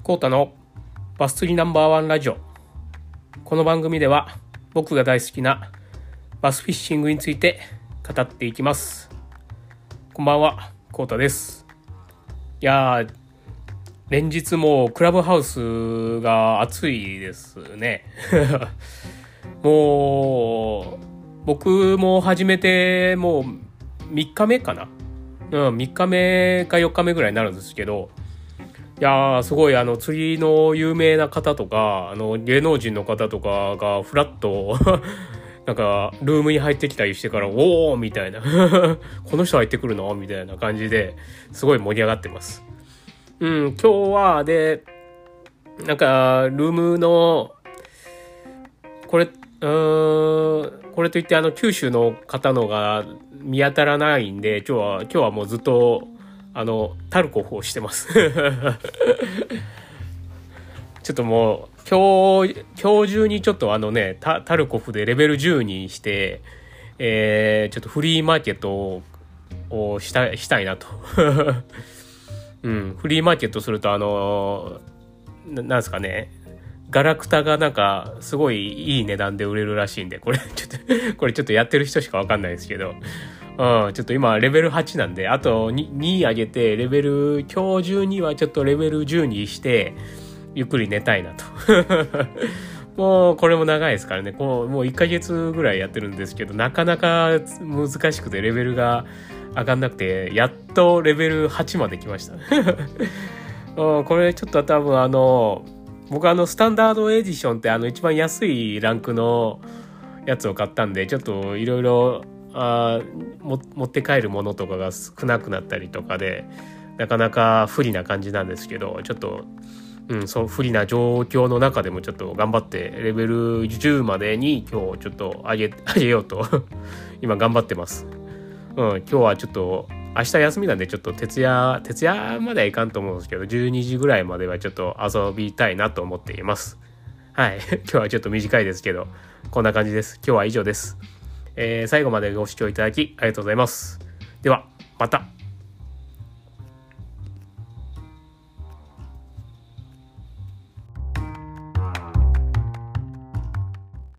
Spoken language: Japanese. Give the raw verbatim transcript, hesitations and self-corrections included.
コータのバス釣りナンバーワンラジオ。この番組では僕が大好きなバスフィッシングについて語っていきます。こんばんは、コータです。いやー連日もうクラブハウスが暑いですねもう僕も始めてもうみっかめかな、うん、みっかめかよっかめぐらいになるんですけど、いやーすごいあの釣りの有名な方とかあの芸能人の方とかがフラッとなんかルームに入ってきたりしてから、おーみたいなこの人入ってくるのみたいな感じですごい盛り上がってます。うん、今日はでなんかルームのこれうーんこれといってあの九州の方のが見当たらないんで、今日は今日はもうずっとあのタルコフをしてますちょっともう今日今日中にちょっとあのね タ, タルコフでレベルじゅうにして、えー、ちょっとフリーマーケットをしたしたいなとうん、フリーマーケットするとあのななんですかね、ガラクタがなんかすごいいい値段で売れるらしいんで、これちょっとこれちょっとやってる人しかわかんないですけど、うん、ちょっと今レベルはちなんで、あと に, に上げてレベル今日中にはちょっとレベルじゅうにしてゆっくり寝たいなともうこれも長いですからね、こうもういっかげつぐらいやってるんですけど、なかなか難しくてレベルが上がんなくて、やっとレベルはちまで来ましたうん、これちょっと多分あの僕あのスタンダードエディションってあの一番安いランクのやつを買ったんで、ちょっといろいろ持って帰るものとかが少なくなったりとかでなかなか不利な感じなんですけど、ちょっと、うん、そう不利な状況の中でもちょっと頑張ってレベルじゅうまでに今日ちょっと上げ、上げようと今頑張ってます。うん、今日はちょっと明日休みなんでちょっと徹夜徹夜まではいかんと思うんですけど、じゅうにじぐらいまではちょっと遊びたいなと思っています。はい今日はちょっと短いですけどこんな感じです。今日は以上です。えー、最後までご視聴いただきありがとうございます。ではまた。